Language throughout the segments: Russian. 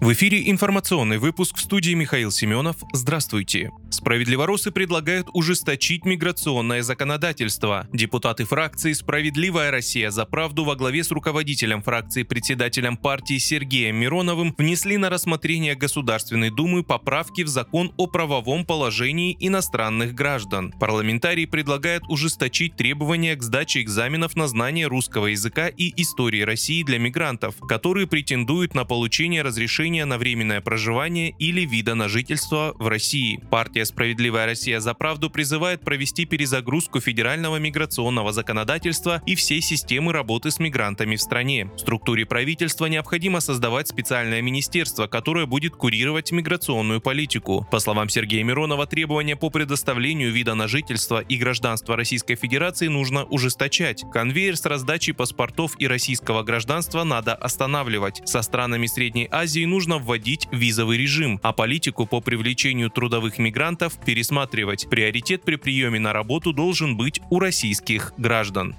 В эфире информационный выпуск, в студии Михаил Семенов. Здравствуйте. Справедливоросы предлагают ужесточить миграционное законодательство. Депутаты фракции «Справедливая Россия за правду» во главе с руководителем фракции, председателем партии Сергеем Мироновым внесли на рассмотрение Государственной Думы поправки в закон о правовом положении иностранных граждан. Парламентарии предлагают ужесточить требования к сдаче экзаменов на знание русского языка и истории России для мигрантов, которые претендуют на получение разрешения на временное проживание или вида на жительство в России. Партия «Справедливая Россия за правду» призывает провести перезагрузку федерального миграционного законодательства и всей системы работы с мигрантами в стране. В структуре правительства необходимо создавать специальное министерство, которое будет курировать миграционную политику. По словам Сергея Миронова, требования по предоставлению вида на жительство и гражданства Российской Федерации нужно ужесточать. Конвейер с раздачей паспортов и российского гражданства надо останавливать. Со странами Средней Азии нужно вводить визовый режим, а политику по привлечению трудовых мигрантов пересматривать. Приоритет при приеме на работу должен быть у российских граждан.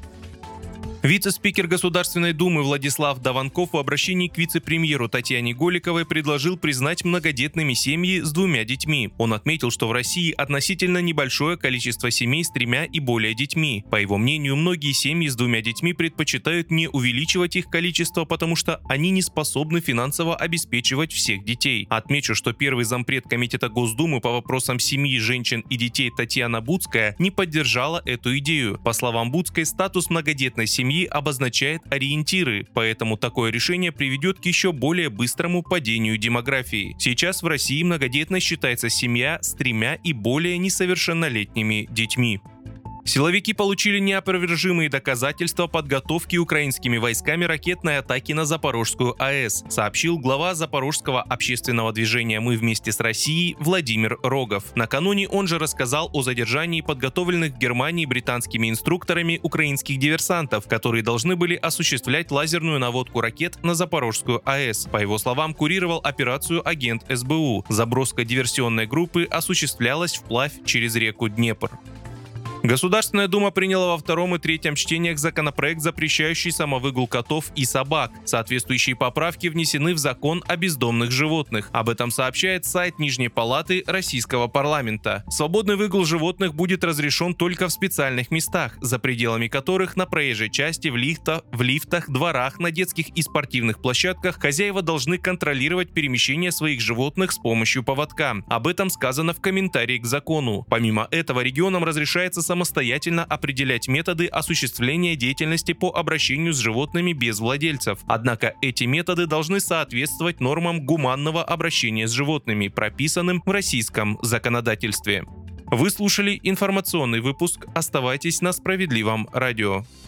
Вице-спикер Государственной Думы Владислав Даванков в обращении к вице-премьеру Татьяне Голиковой предложил признать многодетными семьи с 2 детьми. Он отметил, что в России относительно небольшое количество семей с 3 и более детьми. По его мнению, многие семьи с 2 детьми предпочитают не увеличивать их количество, потому что они не способны финансово обеспечивать всех детей. Отмечу, что первый зампред Комитета Госдумы по вопросам семьи, женщин и детей Татьяна Буцкая не поддержала эту идею. По словам Буцкой, статус многодетной семьи обозначает ориентиры, поэтому такое решение приведет к еще более быстрому падению демографии. Сейчас в России многодетной считается семья с 3 и более несовершеннолетними детьми. Силовики получили неопровержимые доказательства подготовки украинскими войсками ракетной атаки на Запорожскую АЭС, сообщил глава Запорожского общественного движения «Мы вместе с Россией» Владимир Рогов. Накануне он же рассказал о задержании подготовленных в Германии британскими инструкторами украинских диверсантов, которые должны были осуществлять лазерную наводку ракет на Запорожскую АЭС. По его словам, курировал операцию агент СБУ. Заброска диверсионной группы осуществлялась вплавь через реку Днепр. Государственная Дума приняла во втором и третьем чтениях законопроект, запрещающий самовыгул котов и собак. Соответствующие поправки внесены в закон о бездомных животных. Об этом сообщает сайт Нижней палаты Российского парламента. Свободный выгул животных будет разрешен только в специальных местах, за пределами которых на проезжей части, в лифтах, дворах, на детских и спортивных площадках хозяева должны контролировать перемещение своих животных с помощью поводка. Об этом сказано в комментарии к закону. Помимо этого, регионам разрешается самостоятельно определять методы осуществления деятельности по обращению с животными без владельцев. Однако эти методы должны соответствовать нормам гуманного обращения с животными, прописанным в российском законодательстве. Вы слушали информационный выпуск. Оставайтесь на Справедливом радио.